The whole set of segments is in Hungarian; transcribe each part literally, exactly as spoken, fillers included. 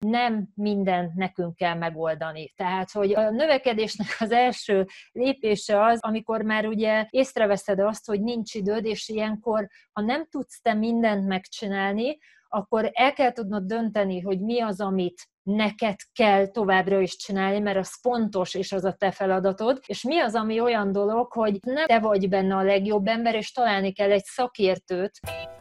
nem mindent nekünk kell megoldani. Tehát, hogy a növekedésnek az első lépése az, amikor már ugye észreveszed azt, hogy nincs időd, és ilyenkor, ha nem tudsz te mindent megcsinálni, akkor el kell tudnod dönteni, hogy mi az, amit neked kell továbbra is csinálni, mert az fontos, és az a te feladatod, és mi az, ami olyan dolog, hogy nem te vagy benne a legjobb ember, és találni kell egy szakértőt.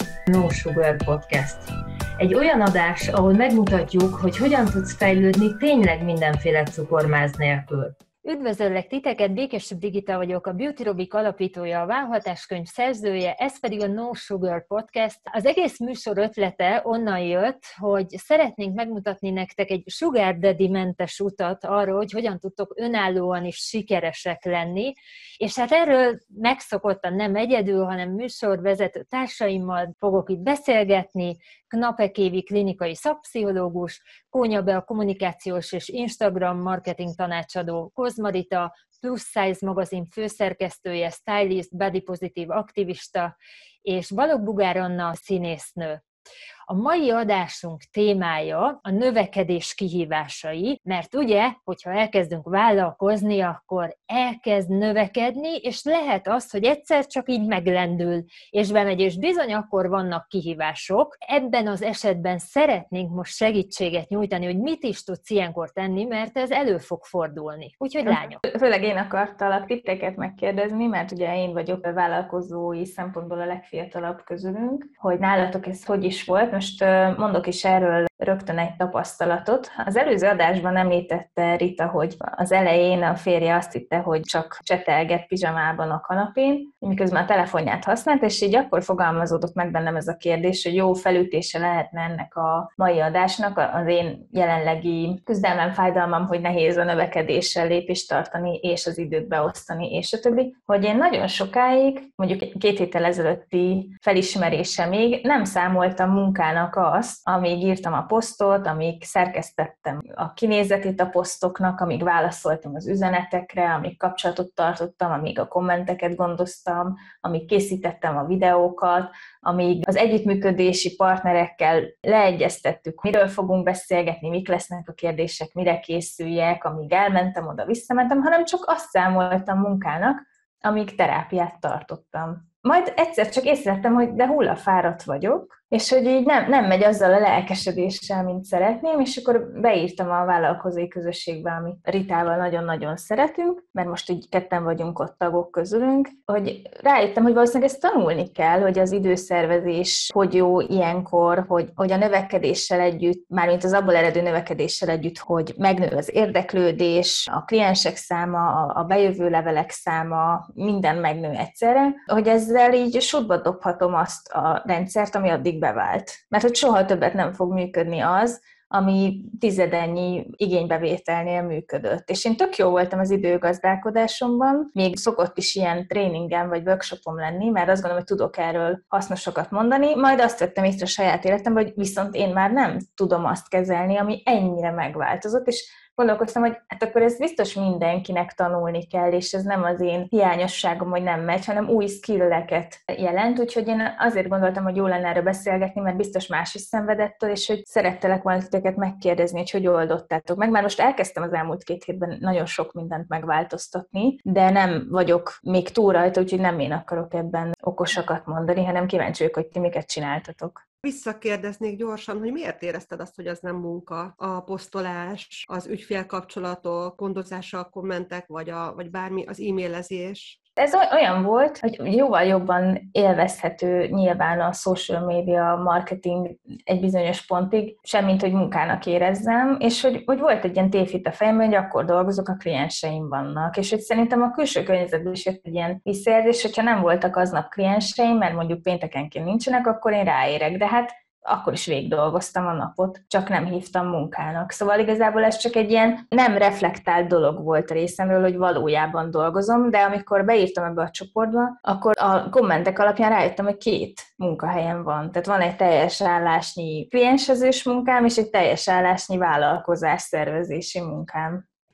No Sugar Podcast. Egy olyan adás, ahol megmutatjuk, hogy hogyan tudsz fejlődni tényleg mindenféle cukormáz nélkül. Üdvözöllek titeket, Békés Brigitta vagyok, a Beauty Robic alapítója, a Válhatáskönyv szerzője, ez pedig a No Sugar Podcast. Az egész műsor ötlete onnan jött, hogy szeretnénk megmutatni nektek egy Sugar Daddy-mentes utat arra, hogy hogyan tudtok önállóan is sikeresek lenni, és hát erről megszokottan nem egyedül, hanem műsorvezető társaimmal fogok itt beszélgetni. Knapek Évi klinikai szakpszichológus, Kónya Bea kommunikációs és Instagram marketing tanácsadó, Kozmarita Plus Size magazin főszerkesztője, stylist, body positive aktivista, és Balogh Bugár Anna színésznő. A mai adásunk témája a növekedés kihívásai, mert ugye, hogyha elkezdünk vállalkozni, akkor elkezd növekedni, és lehet az, hogy egyszer csak így meglendül, és bemegy, és bizony akkor vannak kihívások. Ebben az esetben szeretnénk most segítséget nyújtani, hogy mit is tudsz ilyenkor tenni, mert ez elő fog fordulni. Úgyhogy lányok. Főleg én akartalak titeket megkérdezni, mert ugye én vagyok a vállalkozói szempontból a legfiatalabb közülünk, hogy nálatok ez hogy is volt. Most mondok is erről rögtön egy tapasztalatot. Az előző adásban említette Rita, hogy az elején a férje azt hitte, hogy csak csetelget pizsamában a kanapén, miközben a telefonját használt, és így akkor fogalmazódott meg bennem ez a kérdés, hogy jó felütése lehetne ennek a mai adásnak, az én jelenlegi küzdelmem, fájdalmam, hogy nehéz a növekedéssel lépést tartani, és az időt beosztani, és a többi, hogy én nagyon sokáig, mondjuk két héttel ezelőtti felismerése még nem számoltam munkának azt, amíg írtam a posztot, amíg szerkesztettem a kinézetét a posztoknak, amíg válaszoltam az üzenetekre, amíg kapcsolatot tartottam, amíg a kommenteket gondoztam, amíg készítettem a videókat, amíg az együttműködési partnerekkel leegyeztettük, miről fogunk beszélgetni, mik lesznek a kérdések, mire készüljek, amíg elmentem, oda visszamentem, hanem csak azt számoltam munkának, amíg terápiát tartottam. Majd egyszer csak észrevettem, hogy de hullafáradt vagyok, és hogy így nem, nem megy azzal a lelkesedéssel, mint szeretném, és akkor beírtam a vállalkozói közösségbe, amit Ritával nagyon-nagyon szeretünk, mert most így ketten vagyunk ott tagok közülünk, hogy rájöttem, hogy valószínűleg ezt tanulni kell, hogy az időszervezés hogy jó ilyenkor, hogy, hogy a növekedéssel együtt, mármint az abból eredő növekedéssel együtt, hogy megnő az érdeklődés, a kliensek száma, a bejövő levelek száma, minden megnő egyszerre, hogy ezzel így sótba dobhatom azt a rendszert, ami addig bevált. Mert hogy soha többet nem fog működni az, ami tizedennyi igénybevételnél működött. És én tök jó voltam az időgazdálkodásomban, még szokott is ilyen tréningen vagy workshopom lenni, mert azt gondolom, hogy tudok erről hasznosokat mondani, majd azt vettem észre a saját életemben, hogy viszont én már nem tudom azt kezelni, ami ennyire megváltozott, és gondolkoztam, hogy hát akkor ez biztos mindenkinek tanulni kell, és ez nem az én hiányosságom, hogy nem megy, hanem új skilleket jelent, úgyhogy én azért gondoltam, hogy jó lenne erről beszélgetni, mert biztos más is szenvedettől, és hogy szerettelek volna titeket megkérdezni, hogy hogy oldottátok meg. Már most elkezdtem az elmúlt két hétben nagyon sok mindent megváltoztatni, de nem vagyok még túl rajta, úgyhogy nem én akarok ebben okosakat mondani, hanem kíváncsi vagyok, hogy ti miket csináltatok. Visszakérdeznék gyorsan, hogy miért érezted azt, hogy az nem munka, a posztolás, az ügyfélkapcsolatok, gondozása a kommentek, vagy, a, vagy bármi, az e-mailezés? Ez olyan volt, hogy jóval jobban élvezhető nyilván a social media marketing egy bizonyos pontig, semmint, hogy munkának érezzem, és hogy, hogy volt egy ilyen tévhit a fejemben, hogy akkor dolgozok, a klienseim vannak, és hogy szerintem a külső környezetben is jött egy ilyen visszajelzés, hogyha nem voltak aznap klienseim, mert mondjuk péntekenként nincsenek, akkor én ráérek, de hát akkor is végig dolgoztam a napot, csak nem hívtam munkának. Szóval igazából ez csak egy ilyen nem reflektált dolog volt a részemről, hogy valójában dolgozom, de amikor beírtam ebbe a csoportba, akkor a kommentek alapján rájöttem, hogy két munkahelyem van. Tehát van egy teljes állásnyi kliensezős munkám, és egy teljes állásnyi vállalkozás szervezési munkám.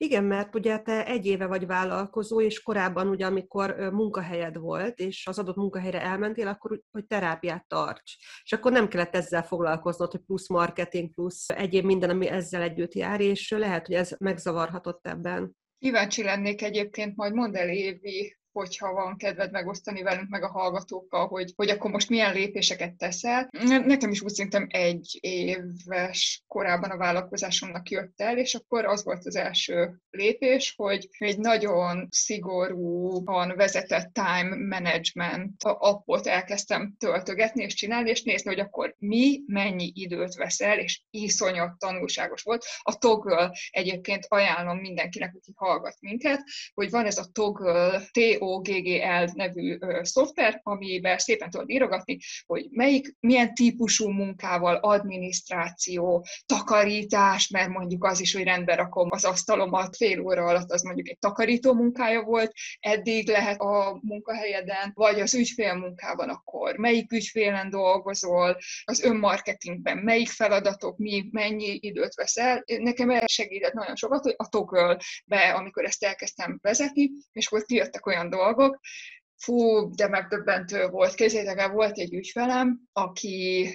Igen, mert ugye te egy éve vagy vállalkozó, és korábban ugye, amikor munkahelyed volt, és az adott munkahelyre elmentél, akkor hogy terápiát tarts. És akkor nem kellett ezzel foglalkoznod, hogy plusz marketing, plusz egyéb minden, ami ezzel együtt jár, és lehet, hogy ez megzavarhatott ebben. Kíváncsi lennék egyébként, majd mondd el, Évi, hogyha van kedved megosztani velünk, meg a hallgatókkal, hogy, hogy akkor most milyen lépéseket teszel. Nekem is úgy szerintem egy éves korában a vállalkozásomnak jött el, és akkor az volt az első lépés, hogy egy nagyon szigorúan vezetett time management appot elkezdtem töltögetni és csinálni, és nézni, hogy akkor mi mennyi időt veszel, és iszonyat tanulságos volt. A Toggle egyébként ajánlom mindenkinek, aki hallgat minket, hogy van ez a Toggle, T O G G L nevű ö, szoftver, amiben szépen tudod írogatni, hogy melyik, milyen típusú munkával, adminisztráció, takarítás, mert mondjuk az is, hogy rendbe rakom az asztalomat fél óra alatt, az mondjuk egy takarító munkája volt, eddig lehet a munkahelyeden, vagy az ügyfél munkában akkor melyik ügyfélen dolgozol, az önmarketingben melyik feladatok, mi, mennyi időt veszel. Nekem ez segített nagyon sokat, hogy a Toggle-be, amikor ezt elkezdtem vezetni, és akkor kijöttek olyan dolgok, fú, de megdöbbentő volt. Képzeljétek el, volt egy ügyfelem, aki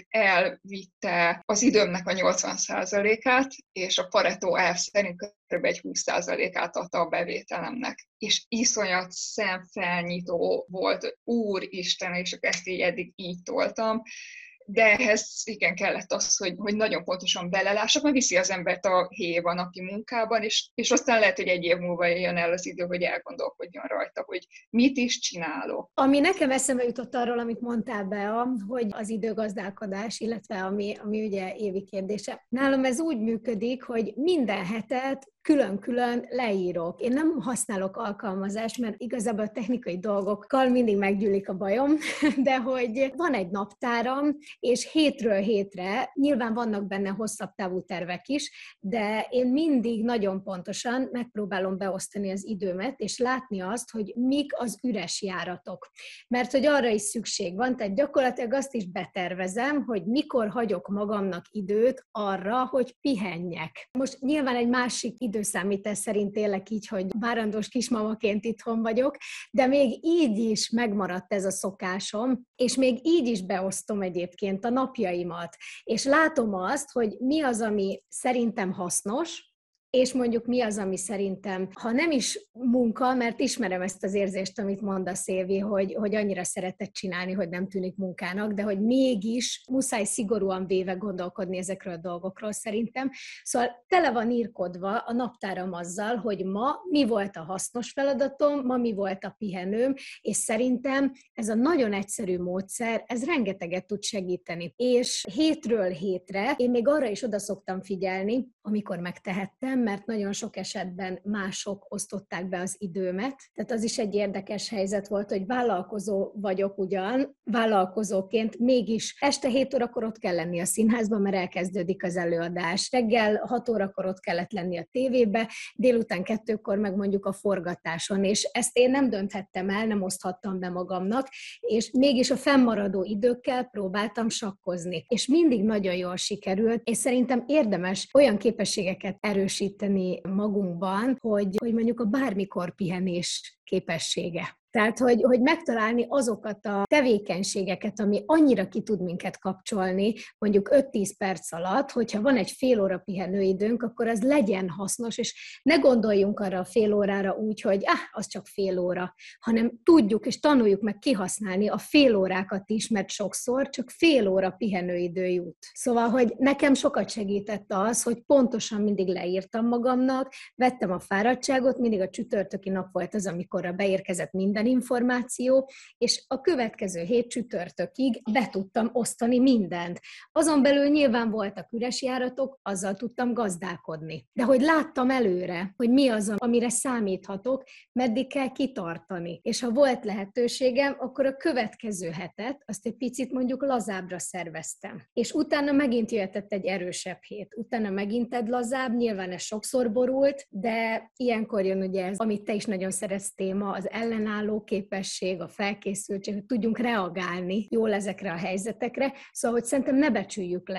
elvitte az időmnek a nyolcvan százalékát, és a Pareto elv szerint kb. Egy húsz százalékát adta a bevételemnek. És iszonyat szemfelnyitó volt, úristen, és ezt így eddig így toltam. De ehhez igen kellett az, hogy, hogy nagyon pontosan belelássak, mert viszi az embert a hév a napi munkában, és, és aztán lehet, hogy egy év múlva jön el az idő, hogy elgondolkodjon rajta, hogy mit is csinálok. Ami nekem eszembe jutott arról, amit mondtál be, hogy az időgazdálkodás, illetve ami, ami ugye Évi kérdése. Nálam ez úgy működik, hogy minden hetet külön-külön leírok. Én nem használok alkalmazást, mert igazából a technikai dolgokkal mindig meggyűlik a bajom, de hogy van egy naptáram, és hétről hétre, nyilván vannak benne hosszabb távú tervek is, de én mindig nagyon pontosan megpróbálom beosztani az időmet, és látni azt, hogy mik az üres járatok. Mert hogy arra is szükség van, tehát gyakorlatilag azt is betervezem, hogy mikor hagyok magamnak időt arra, hogy pihenjek. Most nyilván egy másik időszámítás szerint élek így, hogy várandós kismamaként itthon vagyok, de még így is megmaradt ez a szokásom, és még így is beosztom egyébként a napjaimat, és látom azt, hogy mi az, ami szerintem hasznos, és mondjuk mi az, ami szerintem, ha nem is munka, mert ismerem ezt az érzést, amit mondasz, Évi, hogy, hogy annyira szeretett csinálni, hogy nem tűnik munkának, de hogy mégis muszáj szigorúan véve gondolkodni ezekről a dolgokról szerintem. Szóval tele van írkodva a naptáram azzal, hogy ma mi volt a hasznos feladatom, ma mi volt a pihenőm, és szerintem ez a nagyon egyszerű módszer, ez rengeteget tud segíteni. És hétről hétre én még arra is oda szoktam figyelni, amikor megtehettem, mert nagyon sok esetben mások osztották be az időmet. Tehát az is egy érdekes helyzet volt, hogy vállalkozó vagyok ugyan, vállalkozóként mégis este hét órakor ott kell lenni a színházban, mert elkezdődik az előadás. Reggel hat órakor ott kellett lenni a tévébe, délután kettőkor meg mondjuk a forgatáson, és ezt én nem dönthettem el, nem oszthattam be magamnak, és mégis a fennmaradó időkkel próbáltam sakkozni. És mindig nagyon jól sikerült, és szerintem érdemes olyan képességeket erősíteni magunkban, hogy, hogy mondjuk a bármikor pihenés képessége. Tehát, hogy, hogy megtalálni azokat a tevékenységeket, ami annyira ki tud minket kapcsolni, mondjuk öt-tíz perc alatt, hogyha van egy fél óra pihenőidőnk, akkor az legyen hasznos, és ne gondoljunk arra a fél órára úgy, hogy ah, az csak fél óra, hanem tudjuk és tanuljuk meg kihasználni a fél órákat is, mert sokszor csak fél óra pihenőidő jut. Szóval, hogy nekem sokat segített az, hogy pontosan mindig leírtam magamnak, vettem a fáradtságot, mindig a csütörtöki nap volt az, amikor beérkezett minden információ, és a következő hét csütörtökig be tudtam osztani mindent. Azon belül nyilván voltak üres járatok, azzal tudtam gazdálkodni. De hogy láttam előre, hogy mi az, amire számíthatok, meddig kell kitartani. És ha volt lehetőségem, akkor a következő hetet azt egy picit mondjuk lazábbra szerveztem. És utána megint jöhetett egy erősebb hét. Utána megint egy lazább, nyilván ez sokszor borult, de ilyenkor jön ugye ez, amit te is nagyon szeretsz téma, az ellenálló képesség, a felkészültség, hogy tudjunk reagálni jól ezekre a helyzetekre, szóval hogy szerintem ne becsüljük le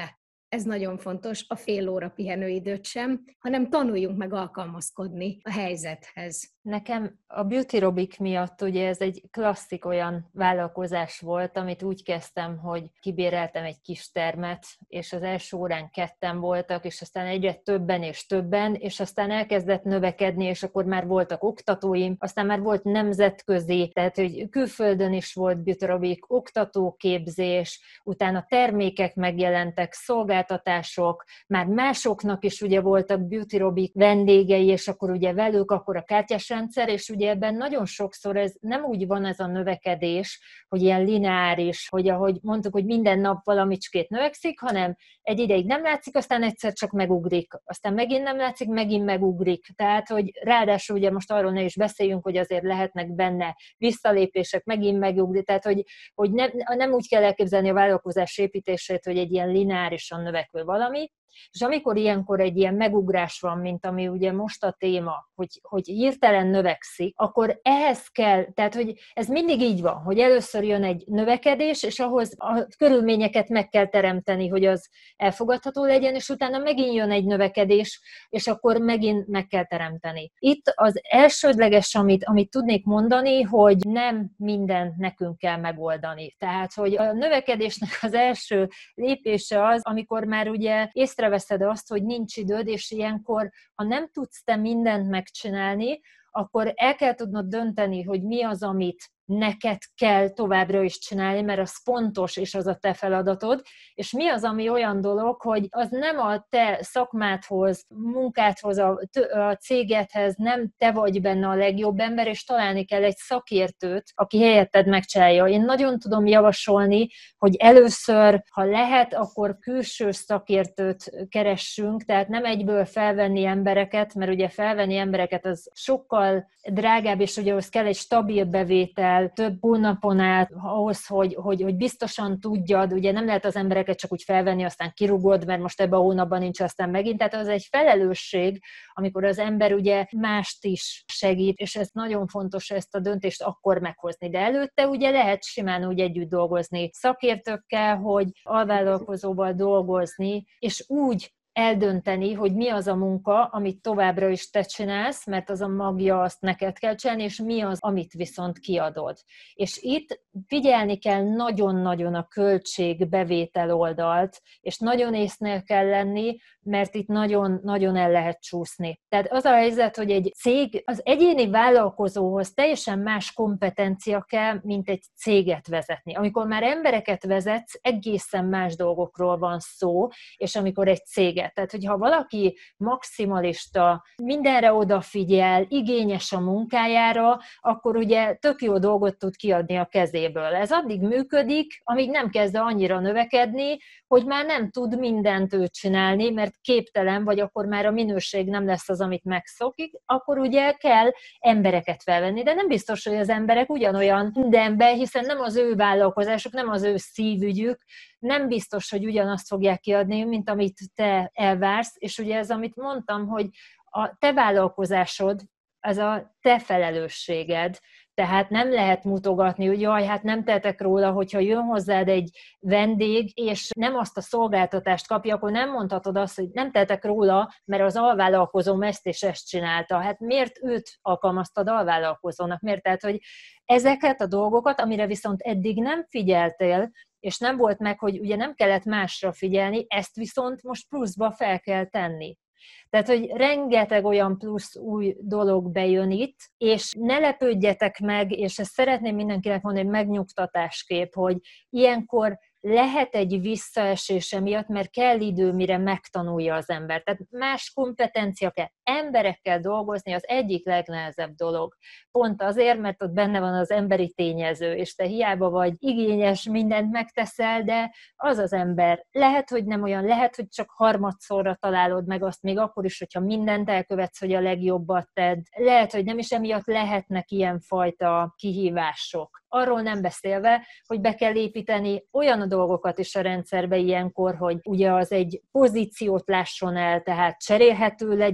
ez nagyon fontos, a fél óra pihenőidőt sem, hanem tanuljunk meg alkalmazkodni a helyzethez. Nekem a Beauty Aerobic miatt ugye ez egy klasszik olyan vállalkozás volt, amit úgy kezdtem, hogy kibéreltem egy kis termet, és az első órán ketten voltak, és aztán egyre többen és többen, és aztán elkezdett növekedni, és akkor már voltak oktatóim, aztán már volt nemzetközi, tehát hogy külföldön is volt Beauty Aerobic, oktatóképzés, utána termékek megjelentek, szolgáltatások, már másoknak is ugye voltak Beauty Aerobic vendégei, és akkor ugye velük akkor a kártyás rendszer, és ugye ebben nagyon sokszor ez nem úgy van ez a növekedés, hogy ilyen lineáris, hogy ahogy mondtuk, hogy minden nap valamicskét növekszik, hanem egy ideig nem látszik, aztán egyszer csak megugrik, aztán megint nem látszik, megint megugrik. Tehát, hogy ráadásul ugye most arról ne is beszéljünk, hogy azért lehetnek benne visszalépések, megint megugrik, tehát, hogy, hogy nem, nem úgy kell elképzelni a vállalkozás építését, hogy egy ilyen lineárisan növekvő valami, és amikor ilyenkor egy ilyen megugrás van, mint ami ugye most a téma, hogy, hogy hirtelen növekszik, akkor ehhez kell, tehát hogy ez mindig így van, hogy először jön egy növekedés, és ahhoz a körülményeket meg kell teremteni, hogy az elfogadható legyen, és utána megint jön egy növekedés, és akkor megint meg kell teremteni. Itt az elsődleges, amit, amit tudnék mondani, hogy nem mindent nekünk kell megoldani. Tehát, hogy a növekedésnek az első lépése az, amikor már ugye észreveszed azt, hogy nincs időd, és ilyenkor, ha nem tudsz te mindent megcsinálni, akkor el kell tudnod dönteni, hogy mi az, amit neked kell továbbra is csinálni, mert az fontos, és az a te feladatod, és mi az, ami olyan dolog, hogy az nem a te szakmádhoz, munkádhoz, a, a cégedhez, nem te vagy benne a legjobb ember, és találni kell egy szakértőt, aki helyetted megcsinálja. Én nagyon tudom javasolni, hogy először, ha lehet, akkor külső szakértőt keressünk, tehát nem egyből felvenni embereket, mert ugye felvenni embereket az sokkal drágább, és ugye ahhoz kell egy stabil bevétel, több hónapon át, ahhoz, hogy, hogy, hogy biztosan tudjad, ugye nem lehet az embereket csak úgy felvenni, aztán kirugod, mert most ebben a hónapban nincs, aztán megint. Tehát az egy felelősség, amikor az ember ugye mást is segít, és ez nagyon fontos ezt a döntést akkor meghozni. De előtte ugye lehet simán úgy együtt dolgozni szakértőkkel, hogy alvállalkozóval dolgozni, és úgy eldönteni, hogy mi az a munka, amit továbbra is te csinálsz, mert az a magja, azt neked kell csinálni, és mi az, amit viszont kiadod. És itt figyelni kell nagyon-nagyon a költség-bevétel oldalt, és nagyon észnél kell lenni, mert itt nagyon-nagyon el lehet csúszni. Tehát az a helyzet, hogy egy cég, az egyéni vállalkozóhoz teljesen más kompetencia kell, mint egy céget vezetni. Amikor már embereket vezetsz, egészen más dolgokról van szó, és amikor egy céget. Tehát, hogyha valaki maximalista, mindenre odafigyel, igényes a munkájára, akkor ugye tök jó dolgot tud kiadni a kezéből. Ez addig működik, amíg nem kezd annyira növekedni, hogy már nem tud mindent ő csinálni, mert képtelen, vagy akkor már a minőség nem lesz az, amit megszokik, akkor ugye kell embereket felvenni. De nem biztos, hogy az emberek ugyanolyan mindenben, hiszen nem az ő vállalkozásuk, nem az ő szívügyük, nem biztos, hogy ugyanazt fogják kiadni, mint amit te elvársz, és ugye ez, amit mondtam, hogy a te vállalkozásod, ez a te felelősséged, tehát nem lehet mutogatni, hogy jaj, hát nem tehetek róla, hogyha jön hozzád egy vendég, és nem azt a szolgáltatást kapja, akkor nem mondhatod azt, hogy nem tehetek róla, mert az alvállalkozóm ezt és ezt csinálta. Hát miért őt alkalmaztad alvállalkozónak? Miért? Tehát, hogy ezeket a dolgokat, amire viszont eddig nem figyeltél, és nem volt meg, hogy ugye nem kellett másra figyelni, ezt viszont most pluszba fel kell tenni. Tehát, hogy rengeteg olyan plusz új dolog bejön itt, és ne lepődjetek meg, és ezt szeretném mindenkinek mondani, hogy megnyugtatáskép, hogy ilyenkor lehet egy visszaesése miatt, mert kell idő, mire megtanulja az ember. Tehát más kompetencia kell. Emberekkel dolgozni az egyik legnehezebb dolog. Pont azért, mert ott benne van az emberi tényező, és te hiába vagy igényes, mindent megteszel, de az az ember. Lehet, hogy nem olyan, lehet, hogy csak harmadszorra találod meg azt, még akkor is, hogyha mindent elkövetsz, hogy a legjobbat tedd. Lehet, hogy nem is emiatt lehetnek ilyenfajta kihívások. Arról nem beszélve, hogy be kell építeni olyan dolgokat is a rendszerbe ilyenkor, hogy ugye az egy pozíciót lásson el, tehát cserélhető legyen,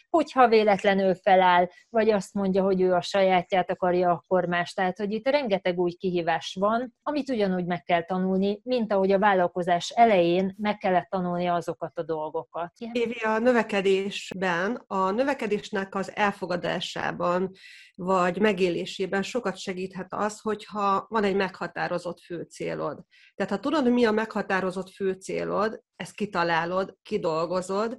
hogyha véletlenül feláll, vagy azt mondja, hogy ő a sajátját akarja, akkor más. Tehát, hogy itt rengeteg új kihívás van, amit ugyanúgy meg kell tanulni, mint ahogy a vállalkozás elején meg kellett tanulni azokat a dolgokat. Évi, a növekedésben, a növekedésnek az elfogadásában, vagy megélésében sokat segíthet az, hogyha van egy meghatározott fő célod. Tehát ha tudod, hogy mi a meghatározott fő célod, ezt kitalálod, kidolgozod,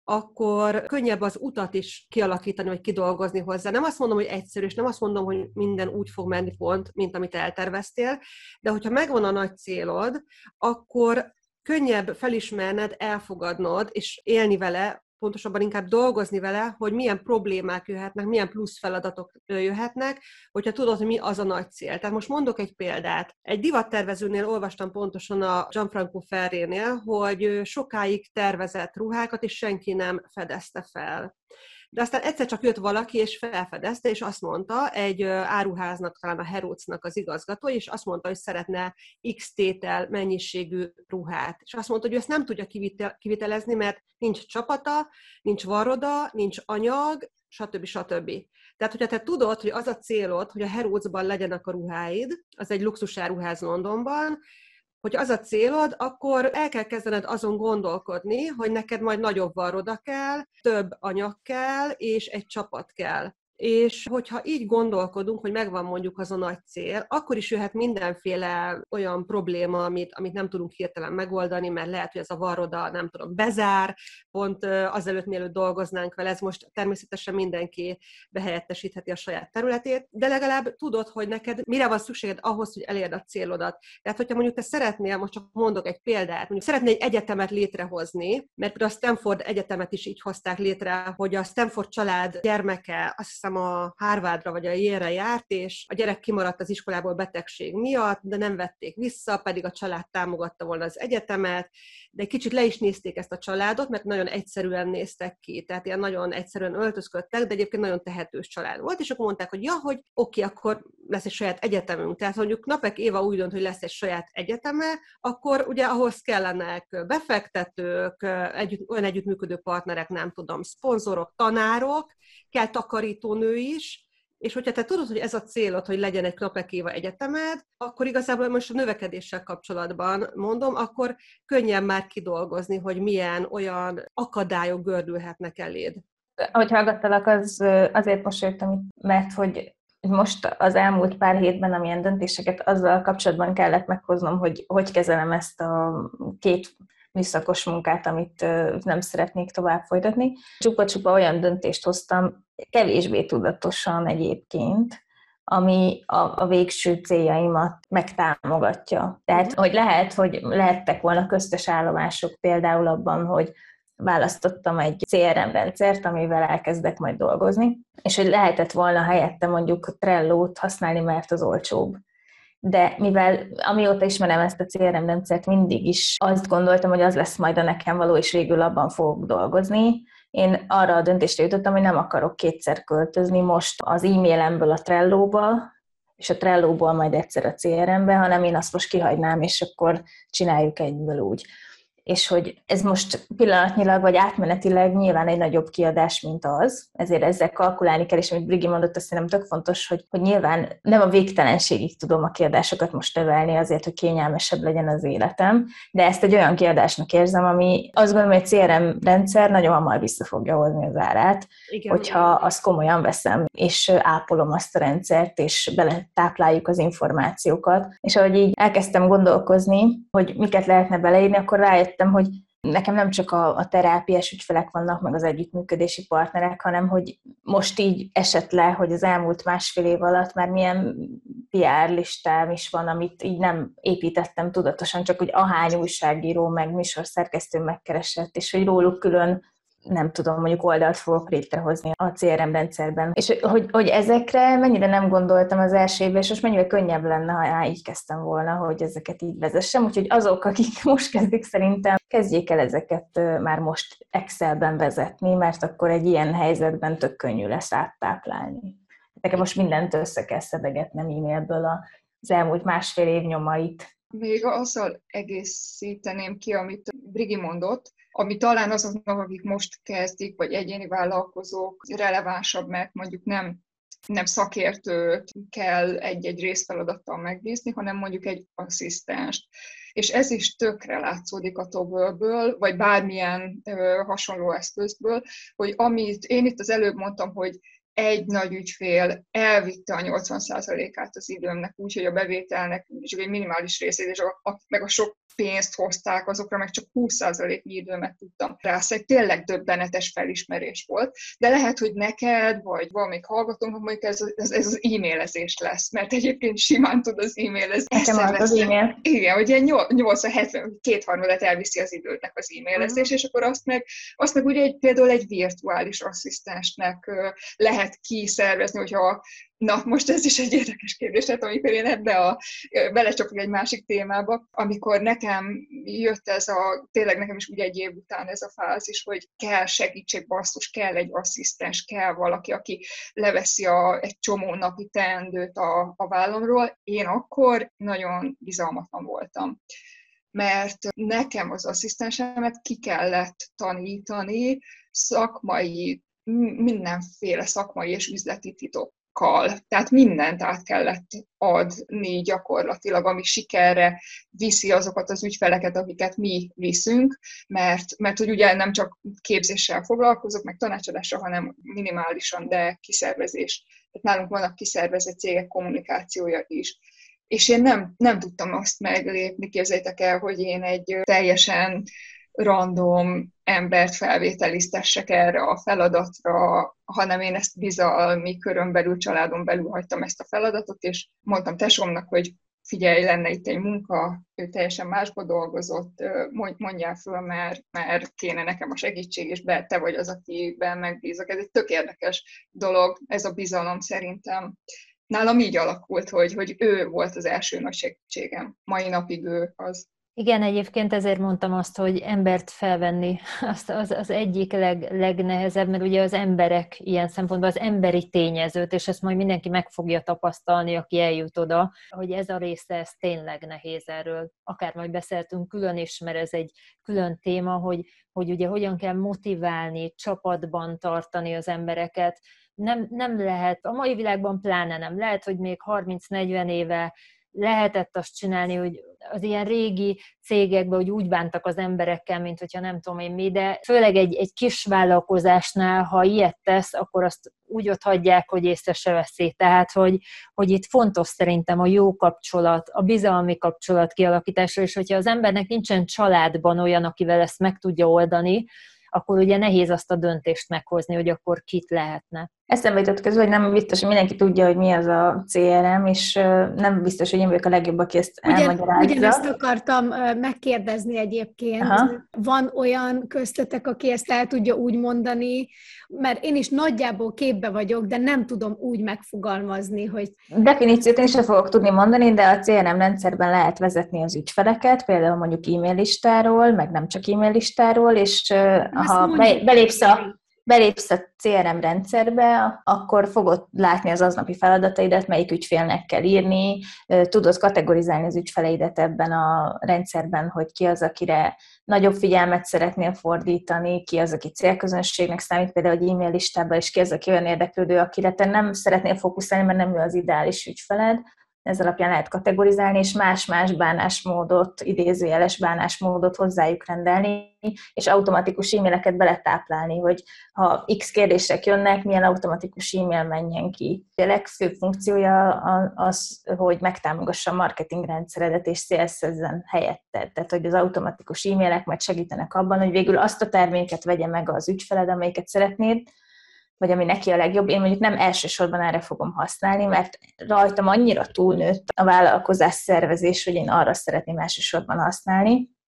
akkor könnyebb az utat is kialakítani, vagy kidolgozni hozzá. Nem azt mondom, hogy egyszerű, és nem azt mondom, hogy minden úgy fog menni pont, mint amit elterveztél, de hogyha megvan a nagy célod, akkor könnyebb felismerned, elfogadnod, és élni vele, pontosabban inkább dolgozni vele, hogy milyen problémák jöhetnek, milyen plusz feladatok jöhetnek, hogyha tudod, hogy mi az a nagy cél. Tehát most mondok egy példát. Egy divattervezőnél olvastam pontosan a Gianfranco Ferrénél, hogy sokáig tervezett ruhákat, és senki nem fedezte fel. De aztán egyszer csak jött valaki, és felfedezte, és azt mondta, egy áruháznak, talán a Herócnak az igazgató, és azt mondta, hogy szeretne X tétel mennyiségű ruhát. És azt mondta, hogy ő ezt nem tudja kivitelezni, mert nincs csapata, nincs varoda, nincs anyag, stb. stb. Tehát, hogyha te tudod, hogy az a célod, hogy a Herócban legyenek a ruháid, az egy luxusáruház Londonban, hogy az a célod, akkor el kell kezdened azon gondolkodni, hogy neked majd nagyobb varoda kell, több anyag kell, és egy csapat kell. És hogyha így gondolkodunk, hogy megvan mondjuk az a nagy cél, akkor is jöhet mindenféle olyan probléma, amit, amit nem tudunk hirtelen megoldani, mert lehet, hogy ez a varroda, nem tudom, bezár, pont azelőtt, mielőtt dolgoznánk vele, ez most természetesen mindenki behelyettesítheti a saját területét, de legalább tudod, hogy neked mire van szükséged ahhoz, hogy elérd a célodat. Tehát, hogyha mondjuk te szeretnél, most csak mondok egy példát, mondjuk szeretnél egy egyetemet létrehozni, mert például a Stanford Egyetemet is így hozták létre, hogy a Stanford család gyermeke, azt hiszem a Harvardra vagy a Yale-re járt, és a gyerek kimaradt az iskolából betegség miatt, de nem vették vissza, pedig a család támogatta volna az egyetemet, de egy kicsit le is nézték ezt a családot, mert nagyon egyszerűen néztek ki, tehát ilyen nagyon egyszerűen öltözködtek, de egyébként nagyon tehetős család volt, és akkor mondták, hogy ja, hogy oké, akkor lesz egy saját egyetemünk. Tehát mondjuk Napek Éva úgy dönt, hogy lesz egy saját egyeteme, akkor ugye ahhoz kellenek befektetők, együtt, olyan együttműködő partnerek, nem tudom, szponzorok, tanárok, kell takarítónő is, és hogyha te tudod, hogy ez a célod, hogy legyen egy Napek Éva egyetemed, akkor igazából most a növekedéssel kapcsolatban mondom, akkor könnyebb már kidolgozni, hogy milyen olyan akadályok gördülhetnek eléd. Ahogy hallgattalak, az, azért mosolyogtam, mert hogy most az elmúlt pár hétben, amilyen döntéseket azzal kapcsolatban kellett meghoznom, hogy hogy kezelem ezt a két műszakos munkát, amit nem szeretnék tovább folytatni. Csupa-csupa olyan döntést hoztam, kevésbé tudatosan egyébként, ami a, a végső céljaimat megtámogatja. Tehát, hogy lehet, hogy lehettek volna köztes állomások például abban, hogy választottam egy cé er em rendszert, amivel elkezdek majd dolgozni, és hogy lehetett volna helyette mondjuk Trello-t használni, mert az olcsóbb. De mivel amióta ismerem ezt a cé er em rendszert, mindig is azt gondoltam, hogy az lesz majd a nekem való, és végül abban fogok dolgozni. Én arra a döntésre jutottam, hogy nem akarok kétszer költözni most az e-mailemből a Trello-ba, és a Trello-ból majd egyszer a cé er em-be, hanem én azt most kihagynám, és akkor csináljuk egyből úgy. És hogy ez most pillanatnyilag vagy átmenetileg nyilván egy nagyobb kiadás, mint az, ezért ezzel kalkulálni kell, és amit Brigi mondott, azt szerintem tök fontos, hogy, hogy nyilván nem a végtelenségig tudom a kiadásokat most növelni azért, hogy kényelmesebb legyen az életem, de ezt egy olyan kiadásnak érzem, ami azt gondolom, hogy egy cé er em rendszer nagyon hamar vissza fogja hozni az árát, igen, hogyha azt komolyan veszem, és ápolom azt a rendszert, és beletápláljuk az információkat. És ahogy így elkezdtem gondolkozni, hogy miket lehetne beleírni, akkor rájöttem, hogy nekem nem csak a, a terápiás ügyfelek vannak, meg az együttműködési partnerek, hanem hogy most így esett le, hogy az elmúlt másfél év alatt már milyen pé er listám is van, amit így nem építettem tudatosan, csak hogy ahány újságíró, meg műsorszerkesztő megkeresett, és hogy róluk külön nem tudom, mondjuk oldalt fogok létrehozni a cé er em rendszerben. És hogy, hogy ezekre mennyire nem gondoltam az első évben, és most mennyire könnyebb lenne, ha így kezdtem volna, hogy ezeket így vezessem. Úgyhogy azok, akik most kezdik, szerintem kezdjék el ezeket már most Excelben vezetni, mert akkor egy ilyen helyzetben tök könnyű lesz áttáplálni. Nekem most mindent össze kell szedegetnem e-mailből az elmúlt másfél év nyomait, Még azzal egészíteném ki, amit Brigi mondott, ami talán azoknak, akik most kezdik, vagy egyéni vállalkozók relevánsabb, mert mondjuk nem, nem szakértőt kell egy-egy részfeladattal megbízni, hanem mondjuk egy asszisztenst. És ez is tökre látszódik a Toggl-ből, vagy bármilyen ö, hasonló eszközből, hogy amit én itt az előbb mondtam, hogy egy nagy ügyfél elvitte a nyolcvan százalékát az időmnek, úgyhogy a bevételnek csak egy minimális részét, és a, a, meg a sok pénzt hozták, azokra meg csak húsz százaléknyi időmet tudtam rászedni. Tényleg döbbenetes felismerés volt. De lehet, hogy neked, vagy valamelyik hallgatónak, mondjuk ez, ez, ez az e-mailezés lesz, mert egyébként simán tud az e-mailezni. Nekem az e-mail. Igen, hogy ilyen nyolcvan-hetven, kétharmadat elviszi az időtnek az e-mailezés, mm. és akkor azt meg, azt meg ugye egy, például egy virtuális asszisztensnek lehet kiszervezni, hogyha na, most ez is egy érdekes kérdés, tehát amikor én ebbe a, belecsapok egy másik témába, amikor nekem jött ez a, tényleg nekem is ugye egy év után ez a fázis, hogy kell segítség, basszus, kell egy asszisztens, kell valaki, aki leveszi a, egy csomó napi teendőt a, a vállamról, én akkor nagyon bizalmatlan voltam. Mert nekem az asszisztensemet ki kellett tanítani szakmai, mindenféle szakmai és üzleti titok. Tehát mindent át kellett adni gyakorlatilag, ami sikerre viszi azokat az ügyfeleket, akiket mi viszünk, mert, mert hogy ugye nem csak képzéssel foglalkozok, meg tanácsadással, hanem minimálisan, de kiszervezés. Tehát nálunk vannak kiszervezett cégek kommunikációja is. És én nem, nem tudtam azt meglépni, képzeljétek el, hogy én egy teljesen random embert felvételiztessek erre a feladatra, hanem én ezt bizalmi körön belül, családon belül hagytam ezt a feladatot, és mondtam tesómnak, hogy figyelj, lenne itt egy munka, ő teljesen másba dolgozott, mondjál föl, mert, mert kéne nekem a segítség, és be, te vagy az, akiben megbízok. Ez egy tök érdekes dolog, ez a bizalom szerintem. Nálam így alakult, hogy, hogy ő volt az első nagy segítségem. Mai napig ő az. Igen, egyébként ezért mondtam azt, hogy embert felvenni, azt az, az egyik leg, legnehezebb, mert ugye az emberek ilyen szempontból az emberi tényezőt, és ezt majd mindenki meg fogja tapasztalni, aki eljut oda, hogy ez a része, ez tényleg nehéz erről. Akár majd beszéltünk külön is, mert ez egy külön téma, hogy, hogy ugye hogyan kell motiválni, csapatban tartani az embereket. Nem, nem lehet, a mai világban pláne nem. Lehet, hogy még harminc-negyven éve lehetett azt csinálni, hogy az ilyen régi cégekben hogy úgy bántak az emberekkel, mint hogyha nem tudom én mi, de főleg egy, egy kis vállalkozásnál, ha ilyet tesz, akkor azt úgy ott hagyják, hogy észre se veszi. Tehát, hogy, hogy itt fontos szerintem a jó kapcsolat, a bizalmi kapcsolat kialakítása, és hogyha az embernek nincsen családban olyan, akivel ezt meg tudja oldani, akkor ugye nehéz azt a döntést meghozni, hogy akkor kit lehetne. Eszembe jutott közül, hogy nem biztos, hogy mindenki tudja, hogy mi az a cé er em, és nem biztos, hogy én vagyok a legjobb, aki ezt elmagyarázza. Ugyanezt akartam megkérdezni egyébként. Aha. Van olyan köztetek, aki ezt el tudja úgy mondani, mert én is nagyjából képbe vagyok, de nem tudom úgy megfogalmazni, hogy... Definíciót én is fogok tudni mondani, de a cé er em rendszerben lehet vezetni az ügyfeleket, például mondjuk e-mail listáról, meg nem csak e-mail listáról, és ha belépsz a... belépsz a cé er em rendszerbe, akkor fogod látni az aznapi feladataidat, melyik ügyfélnek kell írni, tudod kategorizálni az ügyfeleidet ebben a rendszerben, hogy ki az, akire nagyobb figyelmet szeretnél fordítani, ki az, aki célközönségnek számít, például egy e-mail listában, és ki az, aki olyan érdeklődő, akire te nem szeretnél fókuszálni, mert nem ő az ideális ügyfeled. Ez alapján lehet kategorizálni, és más-más bánásmódot, idézőjeles bánásmódot hozzájuk rendelni, és automatikus e-maileket beletáplálni, hogy ha X kérdések jönnek, milyen automatikus e-mail menjen ki. A legfőbb funkciója az, hogy megtámogassa a marketingrendszeredet, és szélszezzen helyetted. Tehát, hogy az automatikus e-mailek majd segítenek abban, hogy végül azt a terméket vegye meg az ügyfeled, amelyiket szeretnéd, vagy ami neki a legjobb, én mondjuk nem elsősorban erre fogom használni, mert rajtam annyira túlnőtt a vállalkozás szervezés, hogy én arra szeretném elsősorban használni.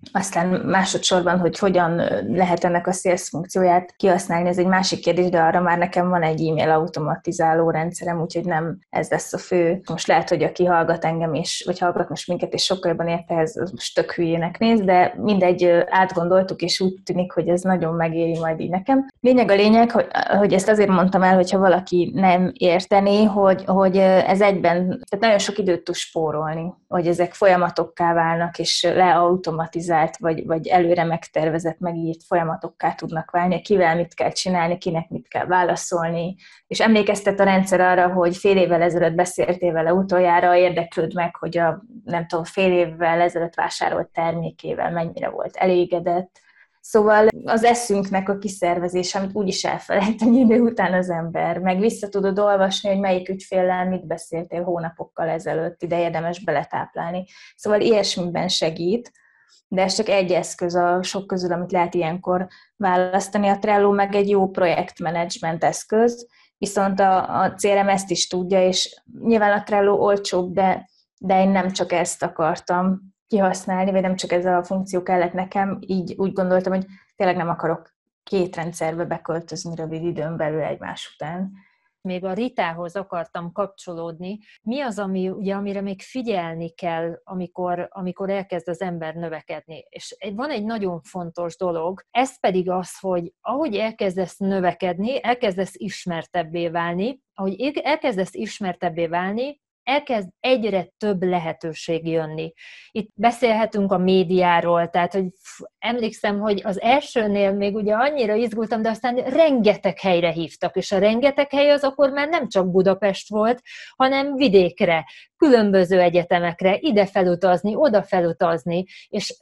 Aztán másodszorban, hogy hogyan lehet ennek a sales funkcióját kihasználni, ez egy másik kérdés, de arra már nekem van egy e-mail automatizáló rendszerem, úgyhogy nem ez lesz a fő. Most lehet, hogy aki hallgat engem, és, vagy hallgat most minket, és sokkal jobban ért ehhez, az most tök hülyének néz, de mindegy, átgondoltuk, és úgy tűnik, hogy ez nagyon megéri majd így nekem. Lényeg a lényeg, hogy, hogy ezt azért mondtam el, hogyha valaki nem értené, hogy, hogy ez egyben, tehát nagyon sok időt tud spórolni, hogy ezek folyamatokká válnak, és leautomatizált, vagy, vagy előre megtervezett, megírt folyamatokká tudnak válni, kivel mit kell csinálni, kinek mit kell válaszolni, és emlékeztet a rendszer arra, hogy fél évvel ezelőtt beszéltél vele utoljára, érdeklőd meg, hogy a nem tudom, fél évvel ezelőtt vásárolt termékével mennyire volt elégedett. Szóval az eszünknek a kiszervezése, amit úgyis elfelejt egy idő után az ember, meg vissza tudod olvasni, hogy melyik ügyféllel mit beszéltél hónapokkal ezelőtt, ide érdemes beletáplálni. Szóval ilyesmiben segít, de ez csak egy eszköz a sok közül, amit lehet ilyenkor választani. A Trello meg egy jó projektmenedzsment eszköz, viszont a, a cé er em ezt is tudja, és nyilván a Trello olcsóbb, de, de én nem csak ezt akartam kihasználni, vagy nem csak ez a funkció kellett nekem, így úgy gondoltam, hogy tényleg nem akarok két rendszerbe beköltözni rövid időn belül egymás után. Még a Ritához akartam kapcsolódni. Mi az, ami, ugye, amire még figyelni kell, amikor, amikor elkezd az ember növekedni? És van egy nagyon fontos dolog, ez pedig az, hogy ahogy elkezdesz növekedni, elkezdesz ismertebbé válni, ahogy elkezdesz ismertebbé válni, elkezd egyre több lehetőség jönni. Itt beszélhetünk a médiáról, tehát hogy emlékszem, hogy az elsőnél még ugye annyira izgultam, de aztán rengeteg helyre hívtak, és a rengeteg hely az akkor már nem csak Budapest volt, hanem vidékre, különböző egyetemekre, ide felutazni, oda felutazni, és